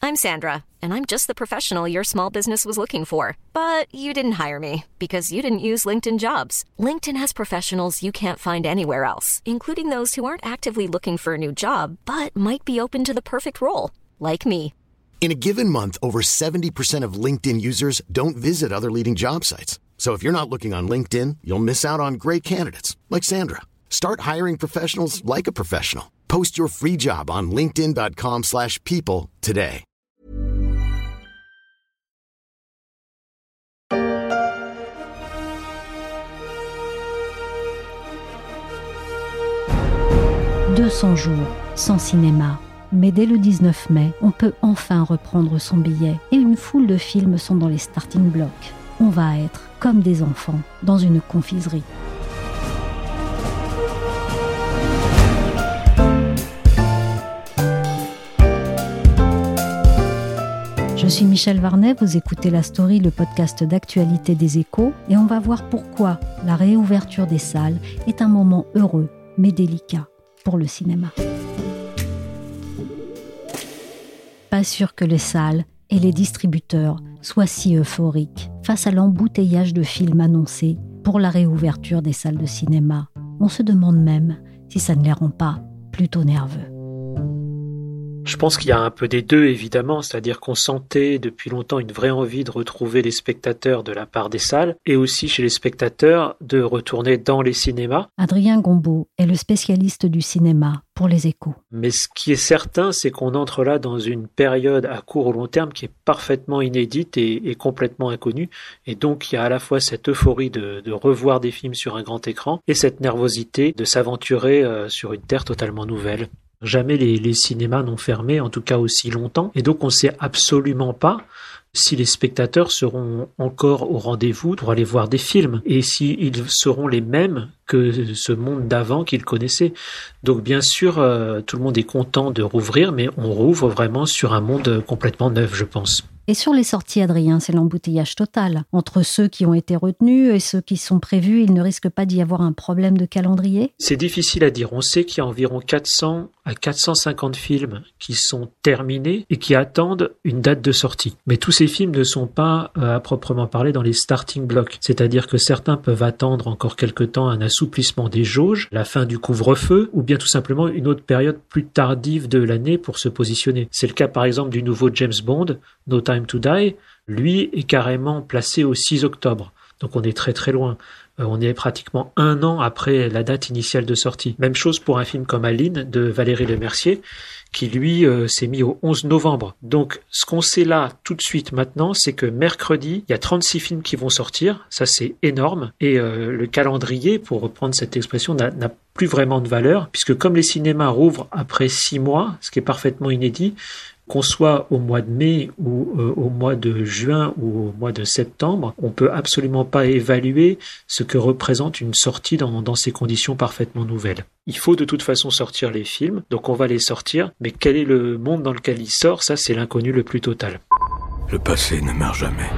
I'm Sandra, and I'm just the professional your small business was looking for. But you didn't hire me because you didn't use LinkedIn Jobs. LinkedIn has professionals you can't find anywhere else, including those who aren't actively looking for a new job, but might be open to the perfect role, like me. In a given month, over 70% of LinkedIn users don't visit other leading job sites. So if you're not looking on LinkedIn, you'll miss out on great candidates, like Sandra. Start hiring professionals like a professional. Post your free job on linkedin.com/people today. « 200 jours sans cinéma ». Mais dès le 19 mai, on peut enfin reprendre son billet et une foule de films sont dans les starting blocks. On va être comme des enfants dans une confiserie. Je suis Michel Varnet, vous écoutez La Story, le podcast d'actualité des Échos, et on va voir pourquoi la réouverture des salles est un moment heureux mais délicat pour le cinéma. Pas sûr que les salles et les distributeurs soient si euphoriques face à l'embouteillage de films annoncés pour la réouverture des salles de cinéma. On se demande même si ça ne les rend pas plutôt nerveux. Je pense qu'il y a un peu des deux, évidemment, c'est-à-dire qu'on sentait depuis longtemps une vraie envie de retrouver les spectateurs de la part des salles et aussi chez les spectateurs de retourner dans les cinémas. Adrien Gombaud est le spécialiste du cinéma pour les Échos. Mais ce qui est certain, c'est qu'on entre là dans une période à court ou long terme qui est parfaitement inédite et complètement inconnue. Et donc, il y a à la fois cette euphorie de revoir des films sur un grand écran et cette nervosité de s'aventurer sur une terre totalement nouvelle. Jamais les cinémas n'ont fermé, en tout cas aussi longtemps, et donc on ne sait absolument pas si les spectateurs seront encore au rendez-vous pour aller voir des films, et s'ils seront les mêmes que ce monde d'avant qu'ils connaissaient. Donc bien sûr, tout le monde est content de rouvrir, mais on rouvre vraiment sur un monde complètement neuf, je pense. Et sur les sorties, Adrien, c'est l'embouteillage total. Entre ceux qui ont été retenus et ceux qui sont prévus, il ne risque pas d'y avoir un problème de calendrier ? C'est difficile à dire. On sait qu'il y a environ 400 à 450 films qui sont terminés et qui attendent une date de sortie. Mais tous ces films ne sont pas, à proprement parler, dans les starting blocks. C'est-à-dire que certains peuvent attendre encore quelque temps un assouplissement des jauges, la fin du couvre-feu, ou bien tout simplement une autre période plus tardive de l'année pour se positionner. C'est le cas par exemple du nouveau James Bond, No Time to Die, lui est carrément placé au 6 octobre. Donc on est très très loin. On est pratiquement 1 an après la date initiale de sortie. Même chose pour un film comme Aline de Valérie Lemercier, qui lui s'est mis au 11 novembre. Donc ce qu'on sait là tout de suite maintenant, c'est que mercredi, il y a 36 films qui vont sortir, ça c'est énorme, et le calendrier, pour reprendre cette expression, n'a plus vraiment de valeur, puisque comme les cinémas rouvrent après 6 mois, ce qui est parfaitement inédit, qu'on soit au mois de mai ou au mois de juin ou au mois de septembre, on peut absolument pas évaluer ce que représente une sortie dans ces conditions parfaitement nouvelles. Il faut de toute façon sortir les films, donc on va les sortir, mais quel est le monde dans lequel il sort, ça c'est l'inconnu le plus total. Le passé ne meurt jamais.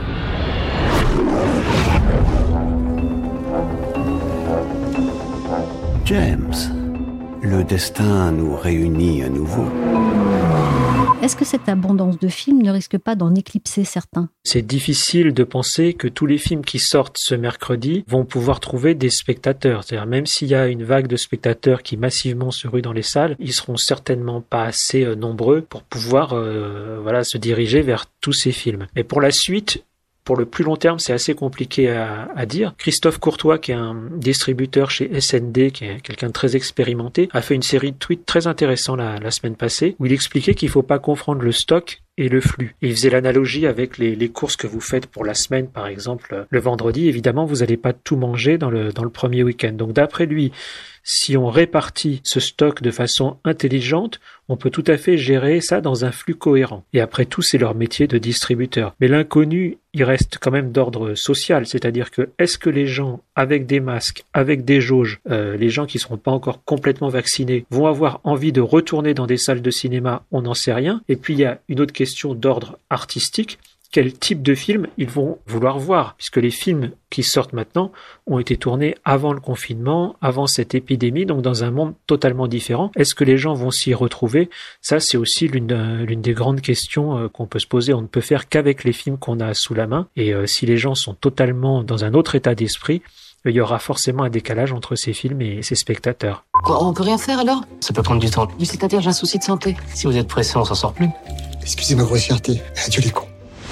James, le destin nous réunit à nouveau. Est-ce que cette abondance de films ne risque pas d'en éclipser certains ? C'est difficile de penser que tous les films qui sortent ce mercredi vont pouvoir trouver des spectateurs. C'est-à-dire même s'il y a une vague de spectateurs qui massivement se ruent dans les salles, ils seront certainement pas assez nombreux pour pouvoir se diriger vers tous ces films. Et pour la suite, pour le plus long terme, c'est assez compliqué à dire. Christophe Courtois, qui est un distributeur chez SND, qui est quelqu'un de très expérimenté, a fait une série de tweets très intéressants la semaine passée, où il expliquait qu'il ne faut pas confondre le stock et le flux. Et il faisait l'analogie avec les courses que vous faites pour la semaine, par exemple, le vendredi. Évidemment, vous n'allez pas tout manger dans le premier week-end. Donc d'après lui, si on répartit ce stock de façon intelligente, on peut tout à fait gérer ça dans un flux cohérent. Et après tout, c'est leur métier de distributeur. Mais l'inconnu, il reste quand même d'ordre social, c'est-à-dire que est-ce que les gens avec des masques, avec des jauges, les gens qui ne seront pas encore complètement vaccinés, vont avoir envie de retourner dans des salles de cinéma? On n'en sait rien. Et puis il y a une autre question d'ordre artistique. quel type de film ils vont vouloir voir, puisque les films qui sortent maintenant ont été tournés avant le confinement, avant cette épidémie, donc dans un monde totalement différent. Est-ce que les gens vont s'y retrouver ? Ça, c'est aussi l'une des grandes questions qu'on peut se poser. On ne peut faire qu'avec les films qu'on a sous la main, et si les gens sont totalement dans un autre état d'esprit, il y aura forcément un décalage entre ces films et ces spectateurs. Quoi, on peut rien faire alors ? Ça peut prendre du temps. Mais c'est-à-dire, j'ai un souci de santé. Si vous êtes pressé, on s'en sort plus. Excusez ma grossièreté. Adieu les cons.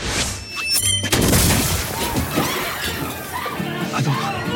Attends.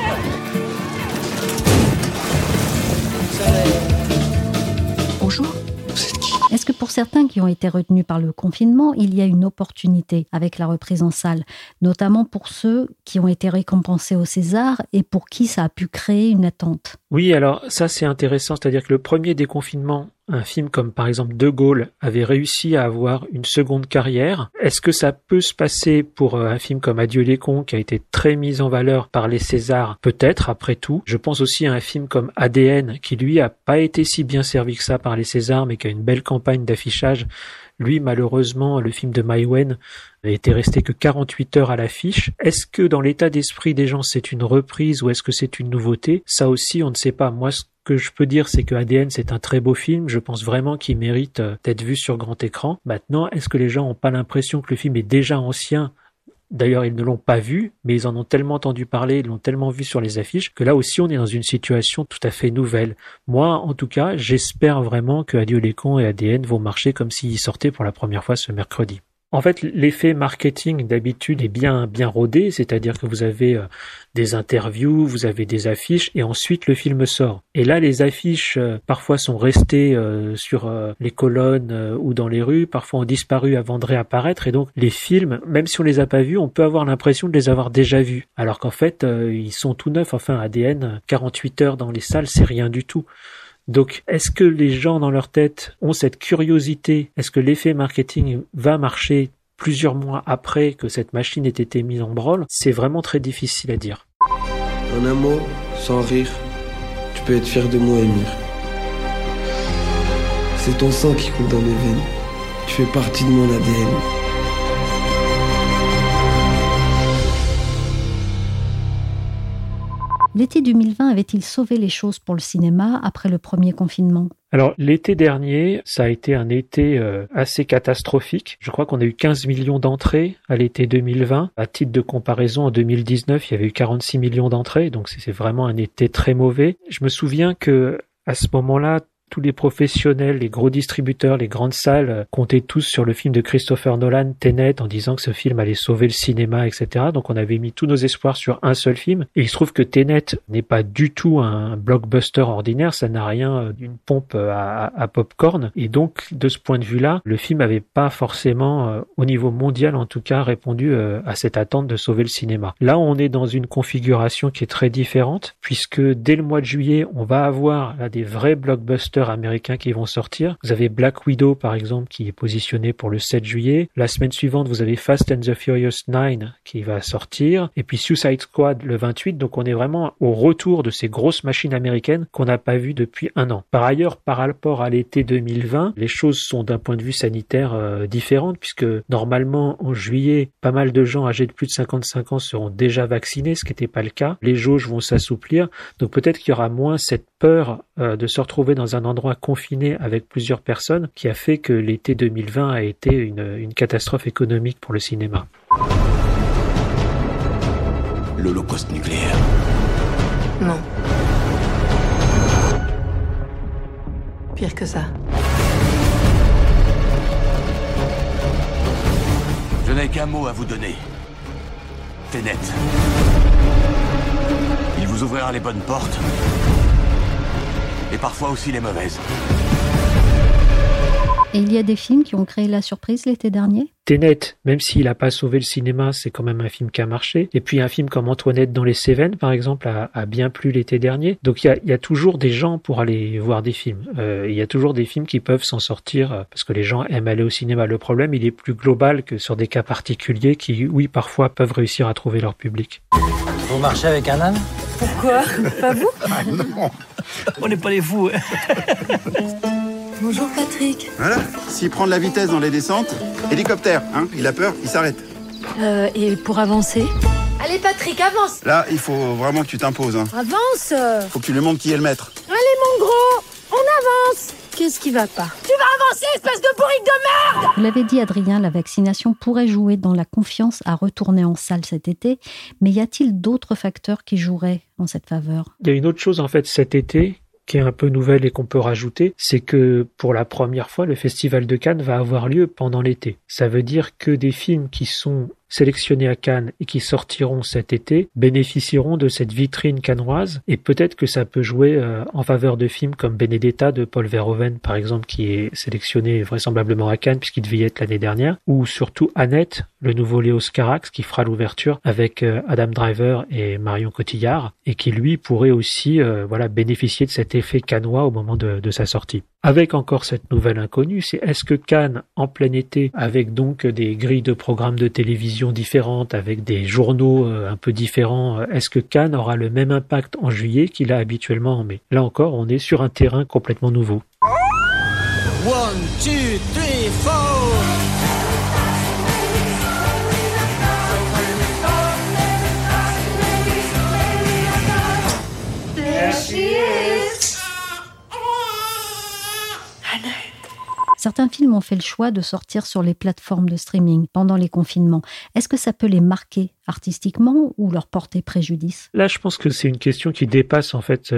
Bonjour. Vous êtes qui ? Est-ce que pour certains qui ont été retenus par le confinement, il y a une opportunité avec la reprise en salle, notamment pour ceux qui ont été récompensés au César et pour qui ça a pu créer une attente ? Oui, alors ça c'est intéressant, c'est-à-dire que le premier déconfinement, un film comme par exemple De Gaulle avait réussi à avoir une seconde carrière. Est-ce que ça peut se passer pour un film comme Adieu les cons qui a été très mis en valeur par les Césars ? Peut-être, après tout. Je pense aussi à un film comme ADN qui lui a pas été si bien servi que ça par les Césars mais qui a une belle campagne d'affichage. Lui, malheureusement, le film de Mai Wen était resté que 48 heures à l'affiche. Est-ce que dans l'état d'esprit des gens, c'est une reprise ou est-ce que c'est une nouveauté ? Ça aussi, on ne sait pas. Moi, ce que je peux dire, c'est que ADN, c'est un très beau film. Je pense vraiment qu'il mérite d'être vu sur grand écran. Maintenant, est-ce que les gens n'ont pas l'impression que le film est déjà ancien ? D'ailleurs, ils ne l'ont pas vu, mais ils en ont tellement entendu parler, ils l'ont tellement vu sur les affiches, que là aussi, on est dans une situation tout à fait nouvelle. Moi, en tout cas, j'espère vraiment que Adieu les cons et ADN vont marcher comme s'ils sortaient pour la première fois ce mercredi. En fait, l'effet marketing d'habitude est bien rodé, c'est-à-dire que vous avez des interviews, vous avez des affiches et ensuite le film sort. Et là, les affiches parfois sont restées sur les colonnes ou dans les rues, parfois ont disparu avant de réapparaître et donc les films, même si on les a pas vus, on peut avoir l'impression de les avoir déjà vus. Alors qu'en fait, ils sont tout neufs. Enfin, ADN, 48 heures dans les salles, c'est rien du tout. Donc, est-ce que les gens dans leur tête ont cette curiosité ? Est-ce que l'effet marketing va marcher plusieurs mois après que cette machine ait été mise en branle ? C'est vraiment très difficile à dire. En un mot, sans rire, tu peux être fier de moi, Émir. C'est ton sang qui coule dans mes veines. Tu fais partie de mon ADN. L'été 2020 avait-il sauvé les choses pour le cinéma après le premier confinement ? Alors, l'été dernier, ça a été un été assez catastrophique. Je crois qu'on a eu 15 millions d'entrées à l'été 2020. À titre de comparaison, en 2019, il y avait eu 46 millions d'entrées, donc c'est vraiment un été très mauvais. Je me souviens que à ce moment-là, tous les professionnels, les gros distributeurs, les grandes salles comptaient tous sur le film de Christopher Nolan, Tenet, en disant que ce film allait sauver le cinéma, etc. Donc on avait mis tous nos espoirs sur un seul film. Et il se trouve que Tenet n'est pas du tout un blockbuster ordinaire, ça n'a rien d'une pompe à popcorn. Et donc de ce point de vue-là, le film n'avait pas forcément, au niveau mondial en tout cas, répondu à cette attente de sauver le cinéma. Là, on est dans une configuration qui est très différente, puisque dès le mois de juillet, on va avoir là, des vrais blockbusters américains qui vont sortir. Vous avez Black Widow par exemple qui est positionné pour le 7 juillet. La semaine suivante, vous avez Fast and the Furious 9 qui va sortir et puis Suicide Squad le 28. Donc on est vraiment au retour de ces grosses machines américaines qu'on n'a pas vues depuis un an. Par ailleurs, par rapport à l'été 2020, les choses sont d'un point de vue sanitaire différentes puisque normalement en juillet, pas mal de gens âgés de plus de 55 ans seront déjà vaccinés, ce qui n'était pas le cas. Les jauges vont s'assouplir. Donc peut-être qu'il y aura moins cette peur de se retrouver dans un endroit confiné avec plusieurs personnes qui a fait que l'été 2020 a été une catastrophe économique pour le cinéma. L'holocauste nucléaire. Non. Pire que ça. Je n'ai qu'un mot à vous donner. Tenet. Il vous ouvrira les bonnes portes. Et parfois aussi les mauvaises. Et il y a des films qui ont créé la surprise l'été dernier ? Tenet, même s'il n'a pas sauvé le cinéma, c'est quand même un film qui a marché. Et puis un film comme Antoinette dans les Cévennes, par exemple, a bien plu l'été dernier. Donc il y a toujours des gens pour aller voir des films. Il y a toujours des films qui peuvent s'en sortir parce que les gens aiment aller au cinéma. Le problème, il est plus global que sur des cas particuliers qui, oui, parfois peuvent réussir à trouver leur public. Vous marchez avec un âne ? Pourquoi ? Pas vous ? Ah non, on n'est pas les fous. Bonjour Patrick. Voilà, s'il prend de la vitesse dans les descentes, hélicoptère, hein, il a peur, il s'arrête. Et pour avancer ? Allez Patrick, avance. Là, il faut vraiment que tu t'imposes. Hein. Avance. Faut que tu lui montres qui est le maître. Allez mon gros, on avance. Qu'est-ce qui va pas ? Tu vas avancer, espèce de bourrique de merde ! Vous l'avez dit Adrien, la vaccination pourrait jouer dans la confiance à retourner en salle cet été, mais y a-t-il d'autres facteurs qui joueraient en cette faveur ? Il y a une autre chose en fait cet été qui est un peu nouvelle et qu'on peut rajouter, c'est que pour la première fois, le Festival de Cannes va avoir lieu pendant l'été. Ça veut dire que des films qui sont sélectionnés à Cannes et qui sortiront cet été bénéficieront de cette vitrine cannoise et peut-être que ça peut jouer en faveur de films comme Benedetta de Paul Verhoeven par exemple qui est sélectionné vraisemblablement à Cannes puisqu'il devait y être l'année dernière ou surtout Annette, le nouveau Léos Carax qui fera l'ouverture avec Adam Driver et Marion Cotillard et qui lui pourrait aussi bénéficier de cet effet cannois au moment de sa sortie. Avec encore cette nouvelle inconnue, c'est est-ce que Cannes en plein été avec donc des grilles de programmes de télévision différentes, avec des journaux un peu différents, est-ce que Cannes aura le même impact en juillet qu'il a habituellement en mai ? Là encore, on est sur un terrain complètement nouveau. 1, 2, 3, 4 There she is. Certains films ont fait le choix de sortir sur les plateformes de streaming pendant les confinements. Est-ce que ça peut les marquer artistiquement ou leur porter préjudice ? Là, je pense que c'est une question qui dépasse en fait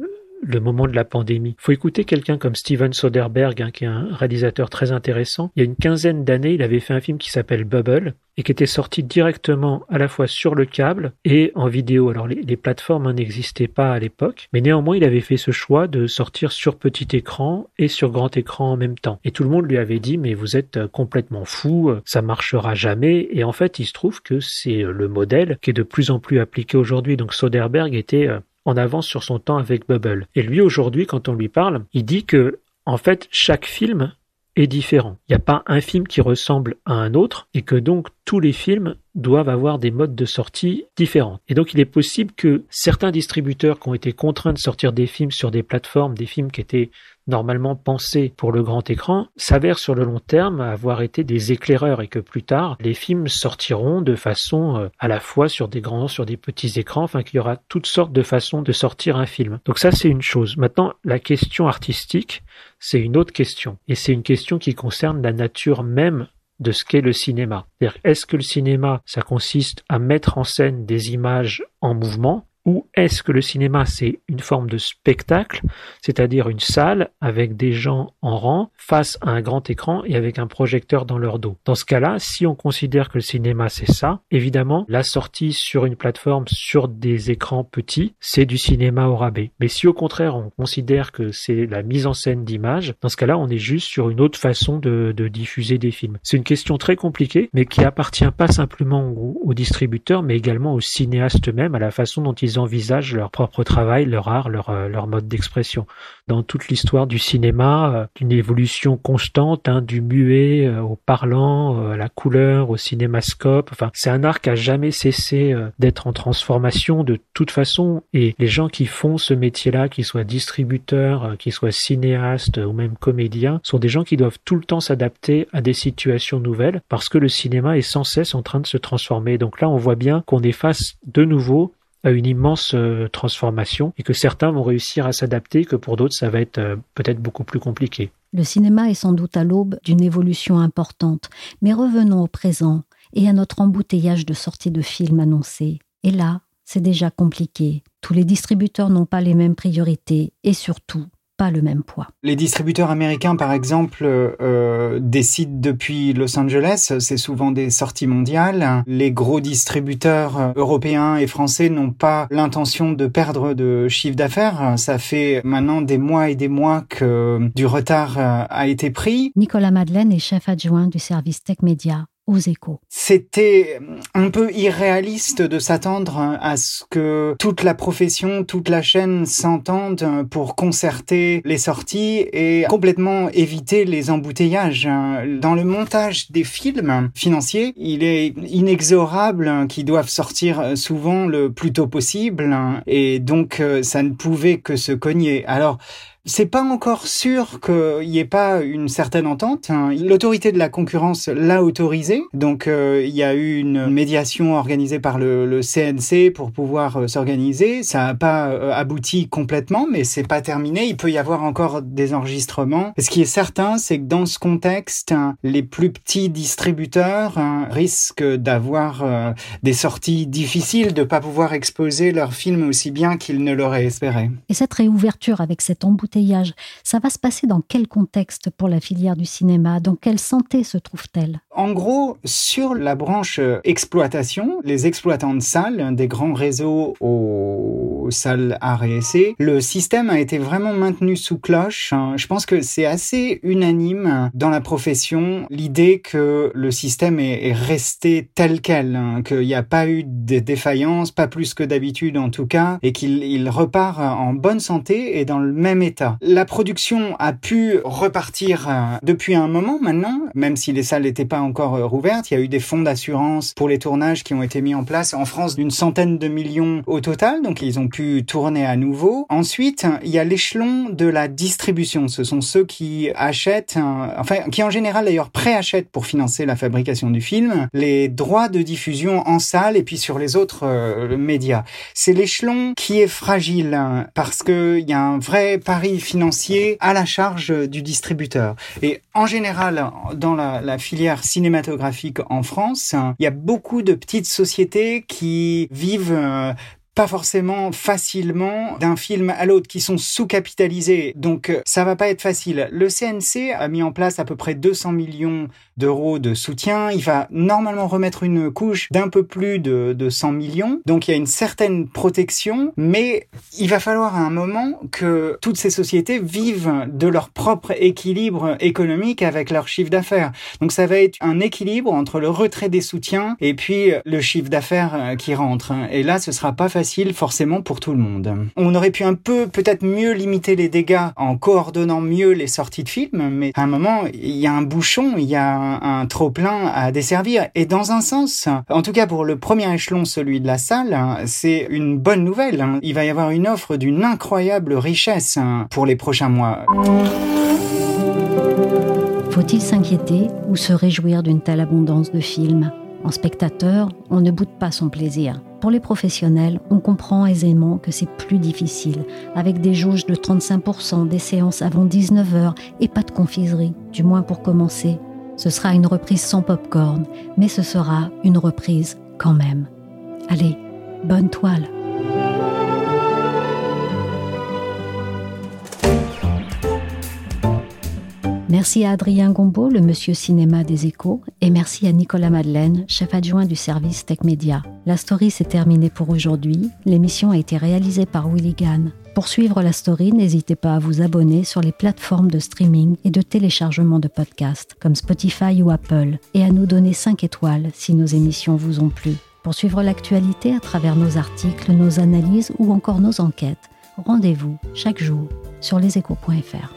le moment de la pandémie. Faut écouter quelqu'un comme Steven Soderbergh, qui est un réalisateur très intéressant. Il y a une quinzaine d'années, il avait fait un film qui s'appelle Bubble et qui était sorti directement à la fois sur le câble et en vidéo. Alors les plateformes n'existaient pas à l'époque, mais néanmoins il avait fait ce choix de sortir sur petit écran et sur grand écran en même temps. Et tout le monde lui avait dit mais vous êtes complètement fou, ça marchera jamais. Et en fait il se trouve que c'est le modèle qui est de plus en plus appliqué aujourd'hui. Donc Soderbergh était en avance sur son temps avec Bubble. Et lui aujourd'hui quand on lui parle, il dit que en fait chaque film est différent. Il n'y a pas un film qui ressemble à un autre et que donc tous les films doivent avoir des modes de sortie différents. Et donc il est possible que certains distributeurs qui ont été contraints de sortir des films sur des plateformes, des films qui étaient normalement pensés pour le grand écran, s'avèrent sur le long terme avoir été des éclaireurs et que plus tard, les films sortiront de façon à la fois sur des grands, sur des petits écrans, enfin qu'il y aura toutes sortes de façons de sortir un film. Donc ça c'est une chose. Maintenant, la question artistique, c'est une autre question. Et c'est une question qui concerne la nature même de ce qu'est le cinéma. C'est-à-dire, est-ce que le cinéma, ça consiste à mettre en scène des images en mouvement, ou est-ce que le cinéma, c'est une forme de spectacle, c'est-à-dire une salle avec des gens en rang face à un grand écran et avec un projecteur dans leur dos. Dans ce cas-là, si on considère que le cinéma, c'est ça, évidemment, la sortie sur une plateforme, sur des écrans petits, c'est du cinéma au rabais. Mais si au contraire, on considère que c'est la mise en scène d'images, dans ce cas-là, on est juste sur une autre façon de diffuser des films. C'est une question très compliquée, mais qui appartient pas simplement aux distributeurs, mais également aux cinéastes eux-mêmes, à la façon dont ils envisagent leur propre travail, leur art, leur mode d'expression. Dans toute l'histoire du cinéma, une évolution constante, du muet au parlant, à la couleur, au cinémascope. Enfin, c'est un art qui a jamais cessé d'être en transformation de toute façon. Et les gens qui font ce métier-là, qu'ils soient distributeurs, qu'ils soient cinéastes ou même comédiens, sont des gens qui doivent tout le temps s'adapter à des situations nouvelles parce que le cinéma est sans cesse en train de se transformer. Donc là, on voit bien qu'on est face de nouveau à une immense transformation et que certains vont réussir à s'adapter, que pour d'autres, ça va être peut-être beaucoup plus compliqué. Le cinéma est sans doute à l'aube d'une évolution importante, mais revenons au présent et à notre embouteillage de sorties de films annoncés. Et là, c'est déjà compliqué. Tous les distributeurs n'ont pas les mêmes priorités et surtout, pas le même poids. Les distributeurs américains, par exemple, décident depuis Los Angeles, c'est souvent des sorties mondiales. Les gros distributeurs européens et français n'ont pas l'intention de perdre de chiffre d'affaires. Ça fait maintenant des mois et des mois que du retard a été pris. Nicolas Madeleine est chef adjoint du service Tech Média aux Échos. C'était un peu irréaliste de s'attendre à ce que toute la profession, toute la chaîne s'entende pour concerter les sorties et complètement éviter les embouteillages. Dans le montage des films financiers, il est inexorable qu'ils doivent sortir souvent le plus tôt possible et donc ça ne pouvait que se cogner. Alors, C'est pas encore sûr qu'il y ait pas une certaine entente. L'autorité de la concurrence l'a autorisé. Donc, il y a eu une médiation organisée par le CNC pour pouvoir s'organiser. Ça n'a pas abouti complètement, mais c'est pas terminé. Il peut y avoir encore des enregistrements. Ce qui est certain, c'est que dans ce contexte, les plus petits distributeurs risquent d'avoir des sorties difficiles, de pas pouvoir exposer leurs films aussi bien qu'ils ne l'auraient espéré. Et cette réouverture avec cet embouteillage, ça va se passer dans quel contexte pour la filière du cinéma ? Dans quelle santé se trouve-t-elle ? En gros, sur la branche exploitation, les exploitants de salles, des grands réseaux aux salles art et essai, le système a été vraiment maintenu sous cloche. Je pense que c'est assez unanime dans la profession, l'idée que le système est resté tel quel, qu'il n'y a pas eu de défaillance, pas plus que d'habitude en tout cas, et qu'il repart en bonne santé et dans le même état. La production a pu repartir depuis un moment maintenant, même si les salles n'étaient pas encore rouvertes. Il y a eu des fonds d'assurance pour les tournages qui ont été mis en place en France d'une centaine de millions au total, donc ils ont pu tourner à nouveau. Ensuite, il y a l'échelon de la distribution. Ce sont ceux qui achètent, qui en général d'ailleurs préachètent pour financer la fabrication du film, les droits de diffusion en salle et puis sur les autres médias. C'est l'échelon qui est fragile parce qu'il y a un vrai pari financier à la charge du distributeur. Et en général, dans la filière cinématographique en France, il y a beaucoup de petites sociétés qui vivent pas forcément facilement d'un film à l'autre, qui sont sous-capitalisés. Donc, ça va pas être facile. Le CNC a mis en place à peu près 200 millions d'euros de soutien. Il va normalement remettre une couche d'un peu plus de 100 millions. Donc, il y a une certaine protection, mais il va falloir à un moment que toutes ces sociétés vivent de leur propre équilibre économique avec leur chiffre d'affaires. Donc, ça va être un équilibre entre le retrait des soutiens et puis le chiffre d'affaires qui rentre. Et là, ce sera pas facile forcément pour tout le monde. On aurait pu un peu peut-être mieux limiter les dégâts en coordonnant mieux les sorties de films, mais à un moment, il y a un bouchon, il y a un trop-plein à desservir. Et dans un sens, en tout cas pour le premier échelon, celui de la salle, c'est une bonne nouvelle. Il va y avoir une offre d'une incroyable richesse pour les prochains mois. Faut-il s'inquiéter ou se réjouir d'une telle abondance de films ? En spectateur, on ne boude pas son plaisir. Pour les professionnels, on comprend aisément que c'est plus difficile, avec des jauges de 35%, des séances avant 19h et pas de confiserie, du moins pour commencer. Ce sera une reprise sans popcorn, mais ce sera une reprise quand même. Allez, bonne toile! Merci à Adrien Gombaud, le monsieur cinéma des Échos, et merci à Nicolas Madeleine, chef adjoint du service Tech Média. La story s'est terminée pour aujourd'hui. L'émission a été réalisée par Willy Gann. Pour suivre la story, n'hésitez pas à vous abonner sur les plateformes de streaming et de téléchargement de podcasts comme Spotify ou Apple, et à nous donner 5 étoiles si nos émissions vous ont plu. Pour suivre l'actualité à travers nos articles, nos analyses ou encore nos enquêtes, rendez-vous chaque jour sur leséchos.fr.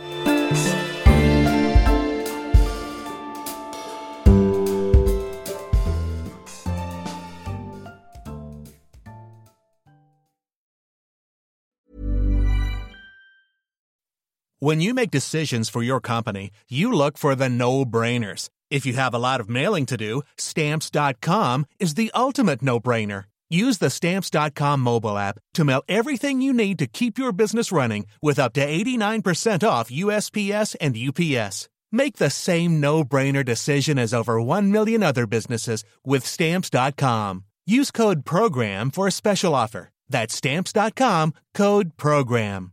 When you make decisions for your company, you look for the no-brainers. If you have a lot of mailing to do, Stamps.com is the ultimate no-brainer. Use the Stamps.com mobile app to mail everything you need to keep your business running with up to 89% off USPS and UPS. Make the same no-brainer decision as over 1 million other businesses with Stamps.com. Use code PROGRAM for a special offer. That's Stamps.com, code PROGRAM.